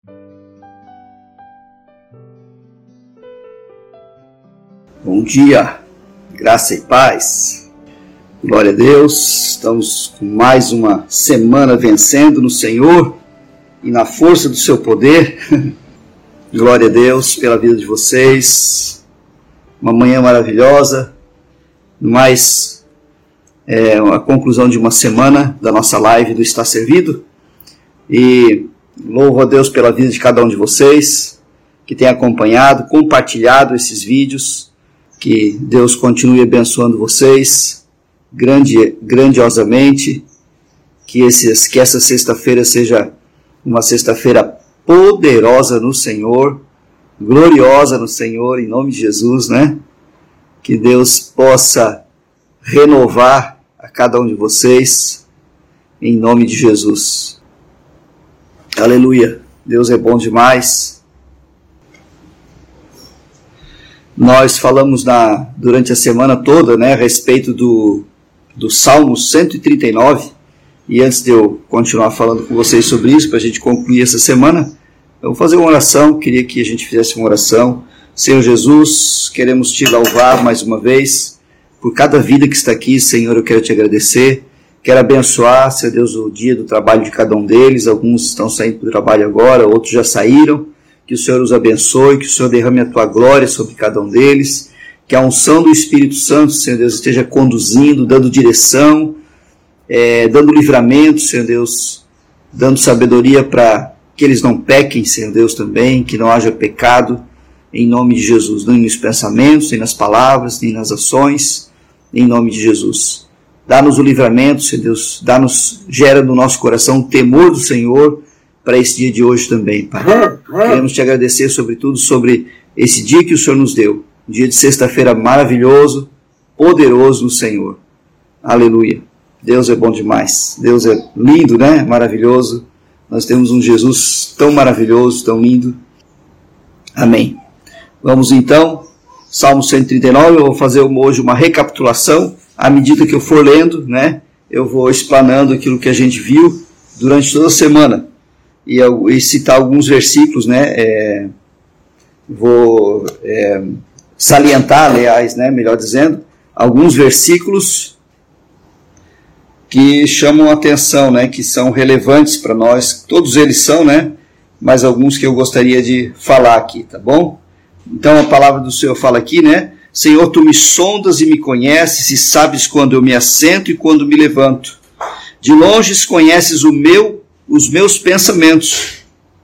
Bom dia, graça e paz, glória a Deus. Estamos com mais uma semana vencendo no Senhor e na força do seu poder. Glória a Deus pela vida de vocês, uma manhã maravilhosa, mais a conclusão de uma semana da nossa live do Está Servido, e louvo a Deus pela vida de cada um de vocês que tem acompanhado, compartilhado esses vídeos. Que Deus continue abençoando vocês grandiosamente, que essa sexta-feira seja uma sexta-feira poderosa no Senhor, gloriosa no Senhor, em nome de Jesus, né? Que Deus possa renovar a cada um de vocês, em nome de Jesus. Aleluia, Deus é bom demais. Nós falamos durante a semana toda, né, a respeito do Salmo 139, e antes de eu continuar falando com vocês sobre isso, para a gente concluir essa semana, eu vou fazer uma oração. Queria que a gente fizesse uma oração. Senhor Jesus, queremos te louvar mais uma vez por cada vida que está aqui. Senhor, eu quero te agradecer, quero abençoar, Senhor Deus, o dia do trabalho de cada um deles. Alguns estão saindo do trabalho agora, outros já saíram. Que o Senhor os abençoe, que o Senhor derrame a tua glória sobre cada um deles, que a unção do Espírito Santo, Senhor Deus, esteja conduzindo, dando direção, dando livramento, Senhor Deus, dando sabedoria para que eles não pequem, Senhor Deus, também, que não haja pecado, em nome de Jesus, nem nos pensamentos, nem nas palavras, nem nas ações, em nome de Jesus. Dá-nos o livramento, Senhor Deus, gera no nosso coração o temor do Senhor, para esse dia de hoje também, Pai. Queremos te agradecer, sobretudo, sobre esse dia que o Senhor nos deu. Um dia de sexta-feira maravilhoso, poderoso no Senhor. Aleluia. Deus é bom demais. Deus é lindo, né? Maravilhoso. Nós temos um Jesus tão maravilhoso, tão lindo. Amém. Vamos então, Salmo 139. Eu vou fazer hoje uma recapitulação. À medida que eu for lendo, né? Eu vou explanando aquilo que a gente viu durante toda a semana. E citar alguns versículos, né? Vou salientar, aliás, né? Melhor dizendo, alguns versículos que chamam a atenção, né? Que são relevantes para nós. Todos eles são, né? Mas alguns que eu gostaria de falar aqui, tá bom? Então a palavra do Senhor fala aqui, né? Senhor, tu me sondas e me conheces, e sabes quando eu me assento e quando me levanto. De longe conheces os meus pensamentos.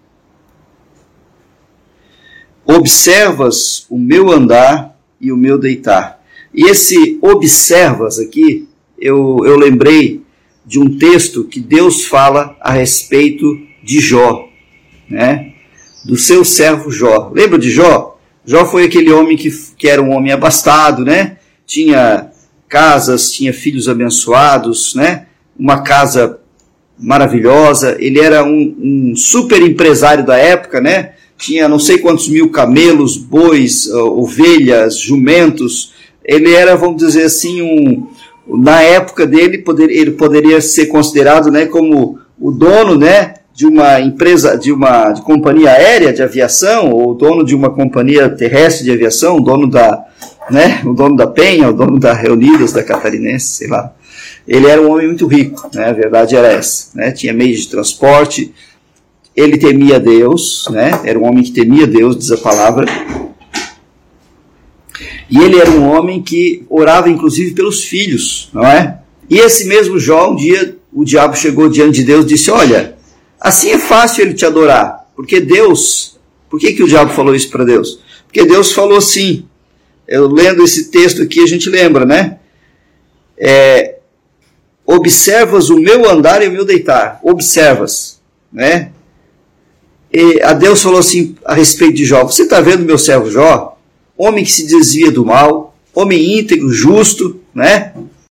Observas o meu andar e o meu deitar. E esse observas aqui, eu lembrei de um texto que Deus fala a respeito de Jó, né? Do seu servo Jó. Lembra de Jó? Jó foi aquele homem que era um homem abastado, né? Tinha casas, tinha filhos abençoados, né? Uma casa maravilhosa. Ele era um super empresário da época, né? Tinha não sei quantos mil camelos, bois, ovelhas, jumentos. Ele era, vamos dizer assim, na época dele, ele poderia ser considerado, né, como o dono, né, de uma empresa, de companhia aérea de aviação, ou dono de uma companhia terrestre de aviação, o dono da Penha, o dono da Reunidas, da Catarinense, sei lá. Ele era um homem muito rico, né? A verdade era essa, né? Tinha meios de transporte, ele temia Deus, né? Era um homem que temia Deus, diz a palavra. E ele era um homem que orava inclusive pelos filhos, não é? E esse mesmo Jó, um dia o diabo chegou diante de Deus e disse: olha, assim é fácil ele te adorar, porque Deus... Por que o diabo falou isso para Deus? Porque Deus falou assim, eu lendo esse texto aqui a gente lembra, né? Observas o meu andar e o meu deitar. Observas, né? E a Deus falou assim a respeito de Jó: você está vendo meu servo Jó? Homem que se desvia do mal, homem íntegro, justo, né?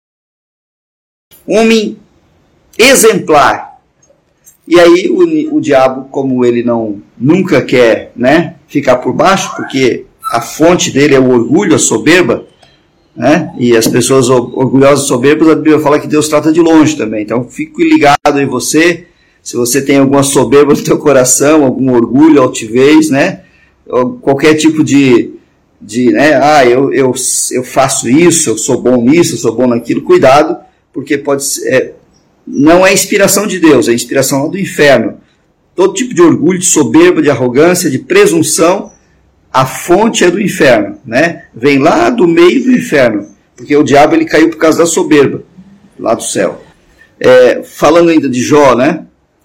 Homem exemplar. E aí o diabo, como ele nunca quer, né, ficar por baixo, porque a fonte dele é o orgulho, a soberba, né? E as pessoas orgulhosas e soberbas, a Bíblia fala que Deus trata de longe também. Então fique ligado em você. Se você tem alguma soberba no teu coração, algum orgulho, altivez, né? Qualquer tipo de né? Eu faço isso, eu sou bom nisso, eu sou bom naquilo. Cuidado, porque pode ser, não é inspiração de Deus, é inspiração lá do inferno. Todo tipo de orgulho, de soberba, de arrogância, de presunção, a fonte é do inferno, né? Vem lá do meio do inferno, porque o diabo ele caiu por causa da soberba, lá do céu. Falando ainda de Jó, né?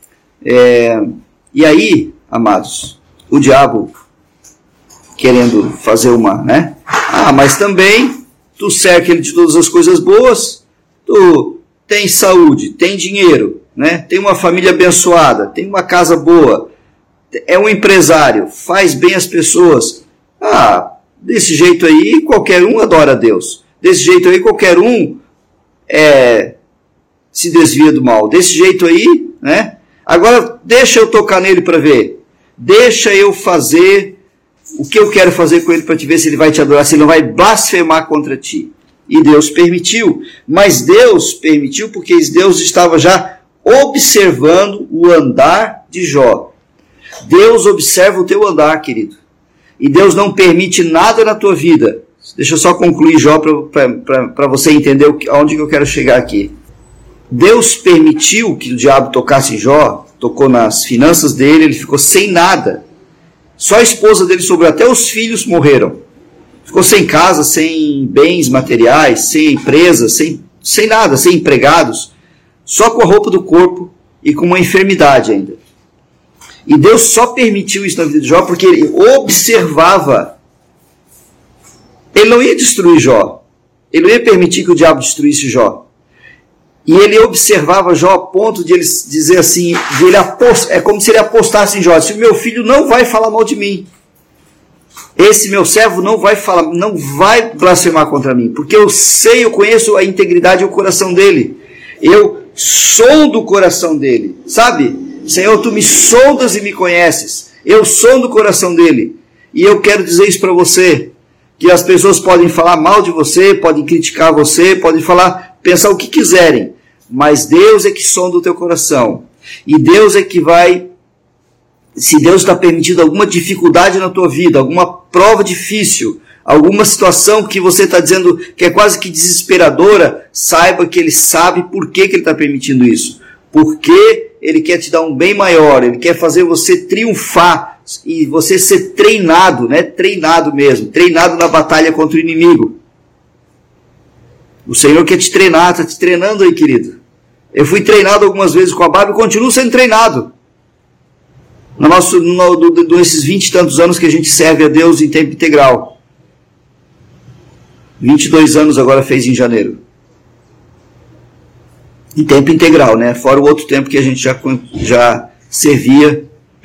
E aí, amados, o diabo querendo fazer uma, né? Mas também tu cerca ele de todas as coisas boas, tu tem saúde, tem dinheiro, né? Tem uma família abençoada, tem uma casa boa, é um empresário, faz bem as pessoas. Desse jeito aí qualquer um adora a Deus. Desse jeito aí qualquer um se desvia do mal. Desse jeito aí, né? Agora deixa eu tocar nele para ver. Deixa eu fazer o que eu quero fazer com ele para te ver se ele vai te adorar, se ele não vai blasfemar contra ti. E Deus permitiu. Mas Deus permitiu porque Deus estava já observando o andar de Jó. Deus observa o teu andar, querido. E Deus não permite nada na tua vida. Deixa eu só concluir Jó para você entender aonde que eu quero chegar aqui. Deus permitiu que o diabo tocasse em Jó, tocou nas finanças dele, ele ficou sem nada. Só a esposa dele sobrou, até os filhos morreram. Ficou sem casa, sem bens materiais, sem empresa, sem nada, sem empregados. Só com a roupa do corpo e com uma enfermidade ainda. E Deus só permitiu isso na vida de Jó porque ele observava. Ele não ia destruir Jó. Ele não ia permitir que o diabo destruísse Jó. E ele observava Jó a ponto de ele dizer assim, é como se ele apostasse em Jó. Se o meu filho não vai falar mal de mim, esse meu servo não vai blasfemar contra mim, porque eu conheço a integridade e o coração dele. Eu sondo o coração dele, sabe? Senhor, tu me sondas e me conheces. Eu sondo o coração dele. E eu quero dizer isso para você, que as pessoas podem falar mal de você, podem criticar você, podem pensar o que quiserem, mas Deus é que sonda o teu coração. E Deus é que vai, se Deus está permitindo alguma dificuldade na tua vida, alguma prova difícil, alguma situação que você está dizendo que é quase que desesperadora, saiba que Ele sabe por que Ele está permitindo isso. Porque Ele quer te dar um bem maior, Ele quer fazer você triunfar e você ser treinado, né? Treinado mesmo, treinado na batalha contra o inimigo. O Senhor quer te treinar, está te treinando aí, querido. Eu fui treinado algumas vezes com a Bárbara e continuo sendo treinado. Nesses 20 e tantos anos que a gente serve a Deus em tempo integral. 22 anos agora fez em janeiro. Em tempo integral, né? Fora o outro tempo que a gente já servia,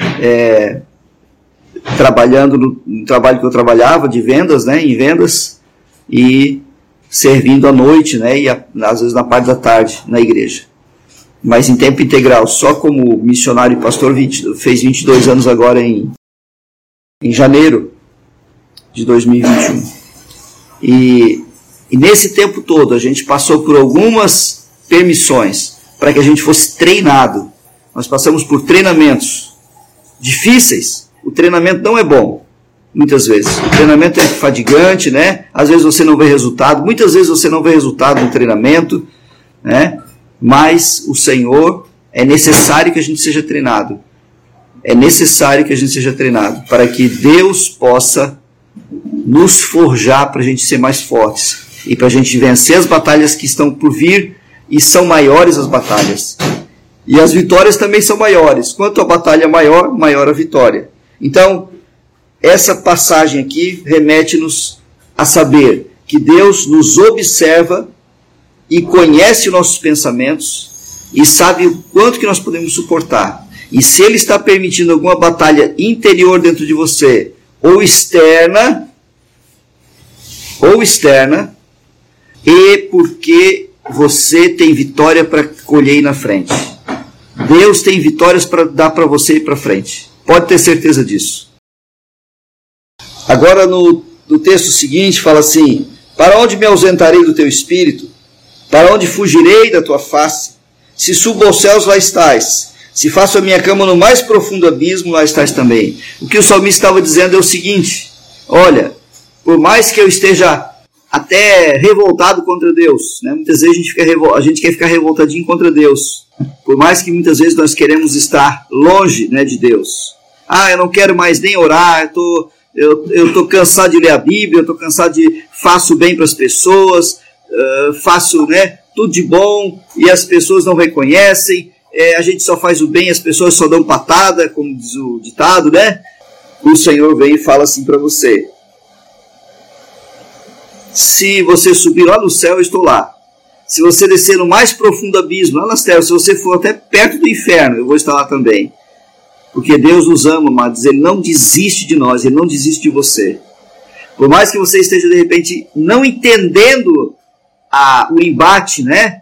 trabalhando no trabalho que eu trabalhava, de vendas, né? Em vendas, e servindo à noite, né? E às vezes na parte da tarde, na igreja. Mas em tempo integral, só como missionário e pastor, fez 22 anos agora em janeiro de 2021. E nesse tempo todo a gente passou por algumas permissões para que a gente fosse treinado. Nós passamos por treinamentos difíceis. O treinamento não é bom, muitas vezes. O treinamento é fadigante, né? Às vezes você não vê resultado. Muitas vezes você não vê resultado no treinamento, né? Mas o Senhor, é necessário que a gente seja treinado. É necessário que a gente seja treinado para que Deus possa nos forjar para a gente ser mais fortes e para a gente vencer as batalhas que estão por vir, e são maiores as batalhas. E as vitórias também são maiores. Quanto a batalha é maior, maior a vitória. Então, essa passagem aqui remete-nos a saber que Deus nos observa e conhece os nossos pensamentos e sabe o quanto que nós podemos suportar. E se Ele está permitindo alguma batalha interior dentro de você, ou externa, e porque você tem vitória para colher aí na frente. Deus tem vitórias para dar para você ir para frente. Pode ter certeza disso. Agora no texto seguinte fala assim: para onde me ausentarei do teu espírito? Para onde fugirei da tua face? Se subo aos céus, lá estás. Se faço a minha cama no mais profundo abismo, lá estás também. O que o salmista estava dizendo é o seguinte: olha, por mais que eu esteja até revoltado contra Deus, né? Muitas vezes a gente quer ficar revoltadinho contra Deus, por mais que muitas vezes nós queremos estar longe, né, de Deus. Eu não quero mais nem orar, eu estou cansado de ler a Bíblia, eu estou cansado de faço bem para as pessoas, faço, né, tudo de bom e as pessoas não reconhecem, a gente só faz o bem, as pessoas só dão patada, como diz o ditado, né? O Senhor vem e fala assim para você: se você subir lá no céu, eu estou lá. Se você descer no mais profundo abismo, lá nas trevas, se você for até perto do inferno, eu vou estar lá também. Porque Deus nos ama, amados. Ele não desiste de nós, Ele não desiste de você. Por mais que você esteja, de repente, não entendendo o embate, né?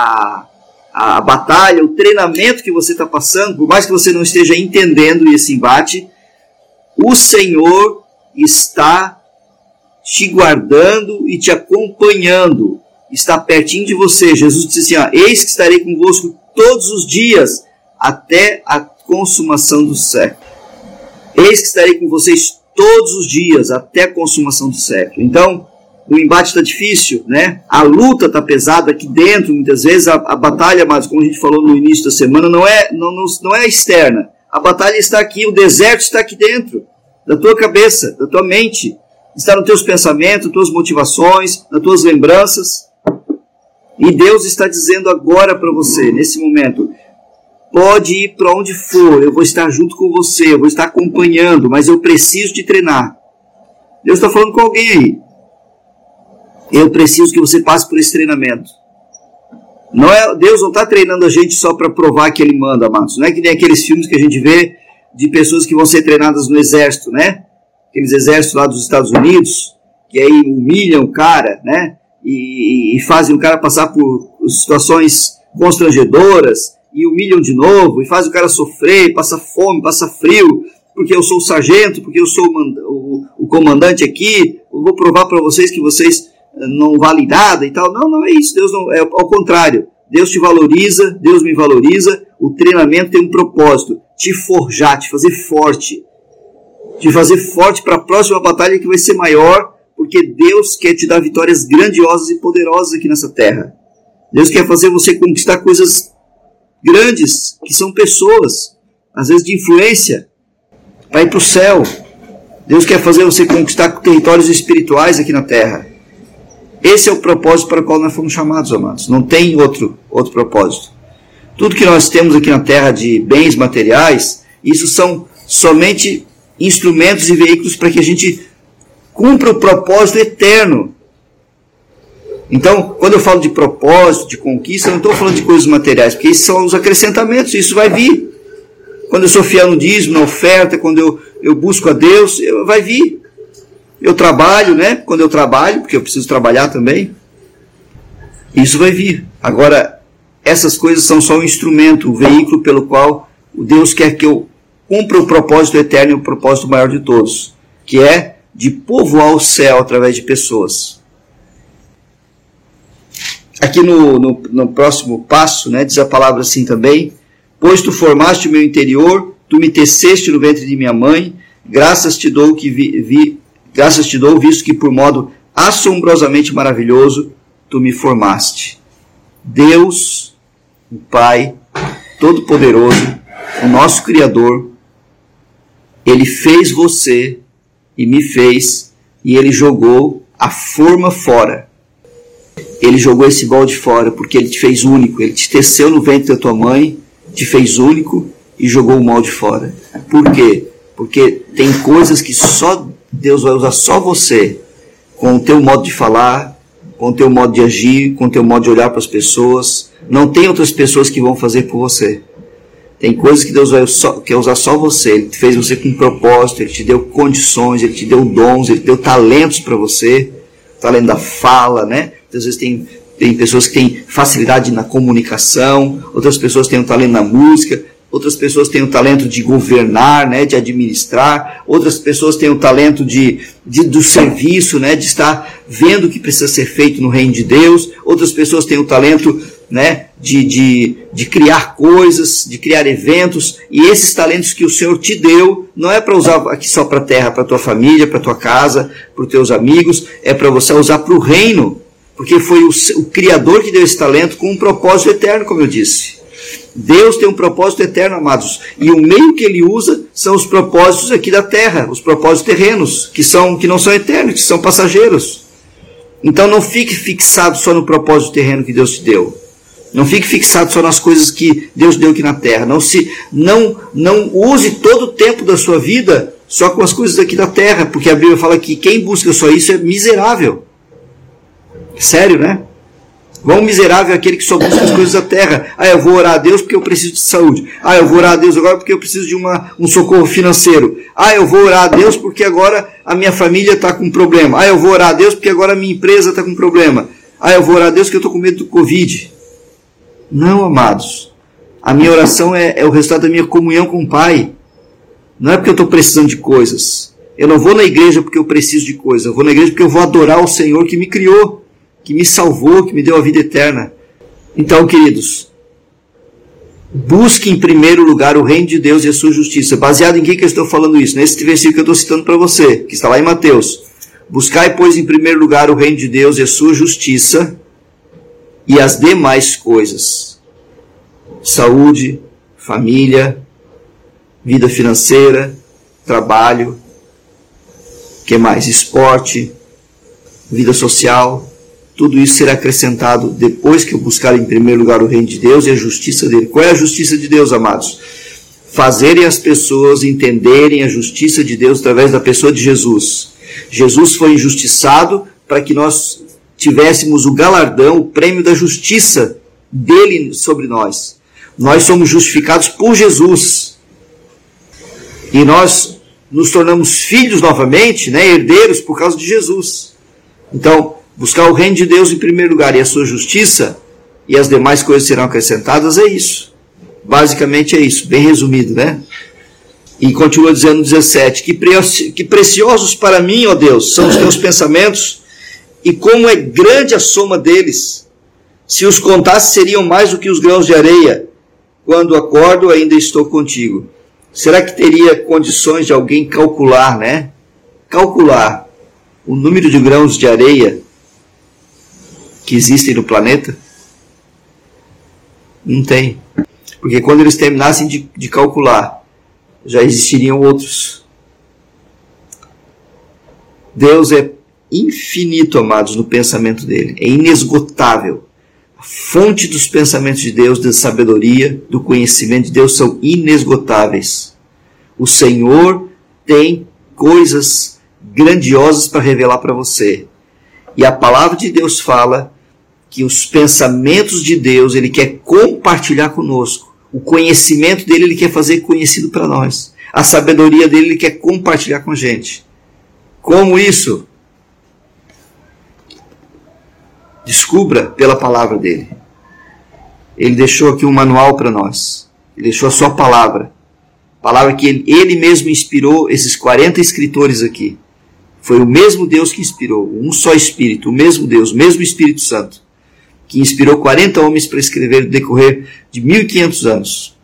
A batalha, o treinamento que você está passando, por mais que você não esteja entendendo esse embate, o Senhor está te guardando e te acompanhando, está pertinho de você. Jesus disse assim: eis que estarei convosco todos os dias, até a consumação do século. Eis que estarei com vocês todos os dias, até a consumação do século. Então, o embate está difícil, né? A luta está pesada aqui dentro, muitas vezes a batalha, mas como a gente falou no início da semana, não é externa. A batalha está aqui, o deserto está aqui dentro, da tua cabeça, da tua mente. Está nos teus pensamentos, nas tuas motivações, nas tuas lembranças. E Deus está dizendo agora para você, nesse momento: pode ir para onde for, eu vou estar junto com você, eu vou estar acompanhando, mas eu preciso te treinar. Deus está falando com alguém aí. Eu preciso que você passe por esse treinamento. Deus não está treinando a gente só para provar que Ele manda, amados. Não é que nem aqueles filmes que a gente vê de pessoas que vão ser treinadas no exército, né? Aqueles exércitos lá dos Estados Unidos, que aí humilham o cara, né? E fazem o cara passar por situações constrangedoras, e humilham de novo, e fazem o cara sofrer, passa fome, passa frio, porque eu sou o sargento, porque eu sou o comandante aqui, eu vou provar para vocês que vocês não valem nada e tal. Não é isso. Deus não, é ao contrário. Deus te valoriza, Deus me valoriza. O treinamento tem um propósito: te forjar, te fazer forte. Te fazer forte para a próxima batalha, que vai ser maior, porque Deus quer te dar vitórias grandiosas e poderosas aqui nessa terra. Deus quer fazer você conquistar coisas grandes, que são pessoas, às vezes de influência, para ir para o céu. Deus quer fazer você conquistar territórios espirituais aqui na terra. Esse é o propósito para o qual nós fomos chamados, amados. Não tem outro propósito. Tudo que nós temos aqui na terra de bens materiais, isso são somente instrumentos e veículos para que a gente cumpra o propósito eterno. Então, quando eu falo de propósito, de conquista, eu não estou falando de coisas materiais, porque esses são os acrescentamentos, isso vai vir. Quando eu sou fiel no dízimo, na oferta, quando eu busco a Deus, vai vir. Eu trabalho, né? Quando eu trabalho, porque eu preciso trabalhar também, isso vai vir. Agora, essas coisas são só um instrumento, o veículo pelo qual o Deus quer que eu cumpra o propósito eterno e o propósito maior de todos, que é de povoar o céu através de pessoas. Aqui no próximo passo, né, diz a palavra assim também: pois tu formaste o meu interior, tu me teceste no ventre de minha mãe, graças te dou, visto que por modo assombrosamente maravilhoso tu me formaste. Deus, o Pai Todo-Poderoso, o nosso Criador, Ele fez você e me fez, e Ele jogou a forma fora. Ele jogou esse molde fora, porque Ele te fez único. Ele te teceu no ventre da tua mãe, te fez único e jogou o molde fora. Por quê? Porque tem coisas que só Deus vai usar, só você, com o teu modo de falar, com o teu modo de agir, com o teu modo de olhar para as pessoas. Não tem outras pessoas que vão fazer por você. Tem coisas que Deus quer usar só você. Ele fez você com propósito, Ele te deu condições, Ele te deu dons, Ele te deu talentos para você. Talento da fala, né? Às vezes tem pessoas que têm facilidade na comunicação, outras pessoas têm um talento na música, outras pessoas têm o talento de governar, né, de administrar, outras pessoas têm o talento do serviço, né, de estar vendo o que precisa ser feito no reino de Deus, outras pessoas têm o talento né, de criar coisas, de criar eventos, e esses talentos que o Senhor te deu, não é para usar aqui só para a terra, para a tua família, para a tua casa, para os teus amigos, é para você usar para o reino, porque foi o Criador que deu esse talento com um propósito eterno, como eu disse. Deus tem um propósito eterno, amados, e o meio que Ele usa são os propósitos aqui da terra, os propósitos terrenos, que não são eternos, que são passageiros. Então não fique fixado só no propósito terreno que Deus te deu. Não fique fixado só nas coisas que Deus deu aqui na terra. Não use todo o tempo da sua vida só com as coisas aqui da terra, porque a Bíblia fala que quem busca só isso é miserável. Sério, né? Quão miserável é aquele que só busca as coisas da terra. Eu vou orar a Deus porque eu preciso de saúde. Eu vou orar a Deus agora porque eu preciso de um socorro financeiro. Eu vou orar a Deus porque agora a minha família está com problema. Eu vou orar a Deus porque agora a minha empresa está com problema. Eu vou orar a Deus porque eu estou com medo do Covid. Não, amados. A minha oração é o resultado da minha comunhão com o Pai. Não é porque eu estou precisando de coisas. Eu não vou na igreja porque eu preciso de coisas. Eu vou na igreja porque eu vou adorar o Senhor que me criou, que me salvou, que me deu a vida eterna. Então, queridos, busque em primeiro lugar o reino de Deus e a sua justiça. Baseado em que eu estou falando isso? Nesse versículo que eu estou citando para você, que está lá em Mateus. Buscai, pois, em primeiro lugar o reino de Deus e a sua justiça, e as demais coisas. Saúde, família, vida financeira, trabalho, que mais? Esporte, vida social. Tudo isso será acrescentado depois que eu buscar em primeiro lugar o reino de Deus e a justiça dele. Qual é a justiça de Deus, amados? Fazerem as pessoas entenderem a justiça de Deus através da pessoa de Jesus. Jesus foi injustiçado para que nós tivéssemos o galardão, o prêmio da justiça dele sobre nós. Nós somos justificados por Jesus. E nós nos tornamos filhos novamente, né, herdeiros por causa de Jesus. Então, buscar o reino de Deus em primeiro lugar e a sua justiça, e as demais coisas serão acrescentadas, é isso. Basicamente é isso, bem resumido, né? E continua dizendo no 17, que preciosos para mim, ó Deus, são os teus pensamentos, e como é grande a soma deles. Se os contasse, seriam mais do que os grãos de areia. Quando acordo, ainda estou contigo. Será que teria condições de alguém calcular, né? Calcular o número de grãos de areia que existem no planeta? Não tem. Porque quando eles terminassem de calcular, já existiriam outros. Deus é infinito, amados, no pensamento dele. É inesgotável. A fonte dos pensamentos de Deus, da sabedoria, do conhecimento de Deus são inesgotáveis. O Senhor tem coisas grandiosas para revelar para você. E a palavra de Deus fala que os pensamentos de Deus Ele quer compartilhar conosco. O conhecimento dele Ele quer fazer conhecido para nós. A sabedoria dele Ele quer compartilhar com a gente. Como isso? Descubra pela palavra dele. Ele deixou aqui um manual para nós. Ele deixou a sua palavra. Palavra que ele mesmo inspirou esses 40 escritores aqui. Foi o mesmo Deus que inspirou, um só Espírito, o mesmo Deus, o mesmo Espírito Santo, que inspirou 40 homens para escrever no decorrer de 1500 anos.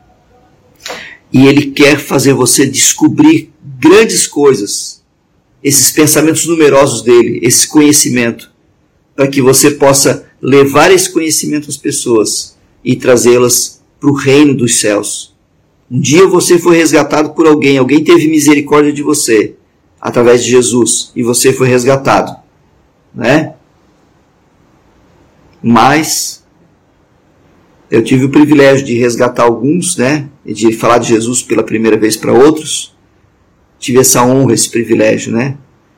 E Ele quer fazer você descobrir grandes coisas, esses pensamentos numerosos dele, esse conhecimento, para que você possa levar esse conhecimento às pessoas e trazê-las para o reino dos céus. Um dia você foi resgatado por alguém, alguém teve misericórdia de você, através de Jesus, e você foi resgatado, né? Mas eu tive o privilégio de resgatar alguns, né? E de falar de Jesus pela primeira vez para outros. Tive essa honra, esse privilégio, né?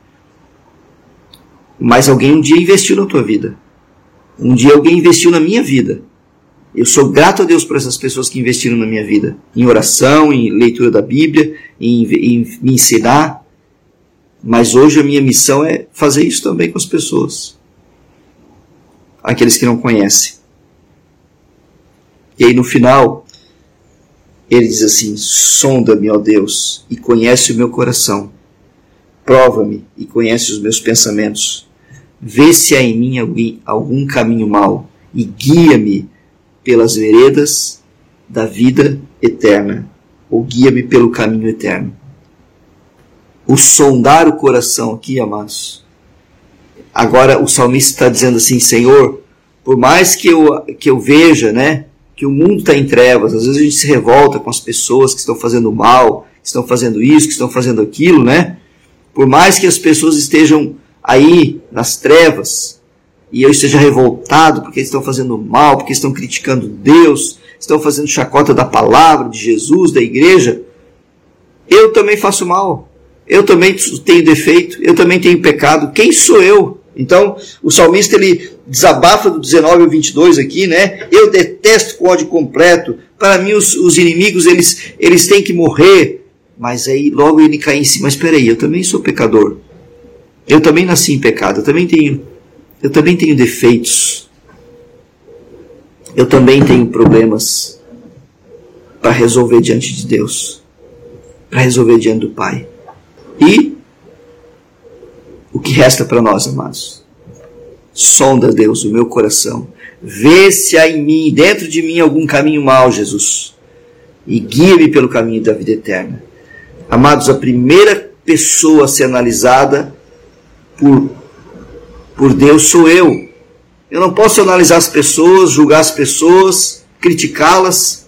Mas alguém um dia investiu na tua vida. Um dia alguém investiu na minha vida. Eu sou grato a Deus por essas pessoas que investiram na minha vida. Em oração, em leitura da Bíblia, em me ensinar. Mas hoje a minha missão é fazer isso também com as pessoas. Aqueles que não conhecem. E aí no final, ele diz assim: sonda-me, ó Deus, e conhece o meu coração. Prova-me e conhece os meus pensamentos. Vê se há em mim algum caminho mau, e guia-me pelas veredas da vida eterna, ou guia-me pelo caminho eterno. O sondar o coração aqui, amados. Agora o salmista está dizendo assim: Senhor, por mais que eu veja, né, que o mundo está em trevas, às vezes a gente se revolta com as pessoas que estão fazendo mal, que estão fazendo isso, que estão fazendo aquilo, né? Por mais que as pessoas estejam aí nas trevas, e eu esteja revoltado porque eles estão fazendo mal, porque estão criticando Deus, estão fazendo chacota da palavra, de Jesus, da igreja, eu também faço mal, eu também tenho defeito, eu também tenho pecado. Quem sou eu? Então, o salmista, ele desabafa do 19 ao 22 aqui, né? Eu detesto com ódio completo. Para mim, os inimigos, eles têm que morrer. Mas aí, logo ele cai em si. Mas espera aí, eu também sou pecador. Eu também nasci em pecado. Eu também tenho defeitos. Eu também tenho problemas para resolver diante de Deus. Para resolver diante do Pai. E o que resta para nós, amados? Sonda, Deus, o meu coração. Vê se há em mim, dentro de mim, algum caminho mau, Jesus. E guia-me pelo caminho da vida eterna. Amados, a primeira pessoa a ser analisada por Deus sou eu. Eu não posso analisar as pessoas, julgar as pessoas, criticá-las.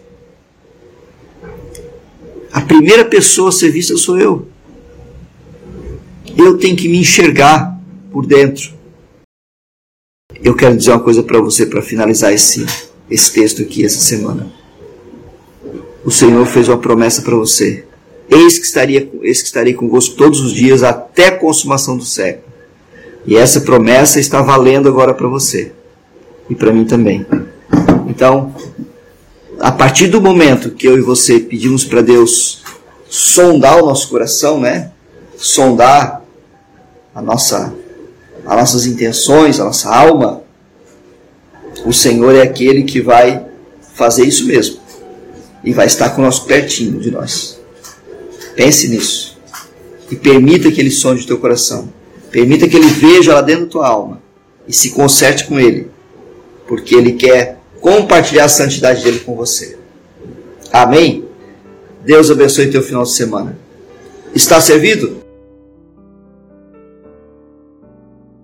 A primeira pessoa a ser vista sou eu. Eu tenho que me enxergar por dentro. Eu quero dizer uma coisa para você para finalizar esse texto aqui essa semana. O Senhor fez uma promessa para você. Eis que estarei convosco todos os dias até a consumação do século. E essa promessa está valendo agora para você. E para mim também. Então, a partir do momento que eu e você pedimos para Deus sondar o nosso coração, né? Sondar as nossas intenções, a nossa alma, o Senhor é aquele que vai fazer isso mesmo. E vai estar conosco pertinho de nós. Pense nisso. E permita que Ele sonde o teu coração. Permita que Ele veja lá dentro da tua alma. E se conserte com Ele. Porque Ele quer compartilhar a santidade dEle com você. Amém? Deus abençoe teu final de semana. Está servido?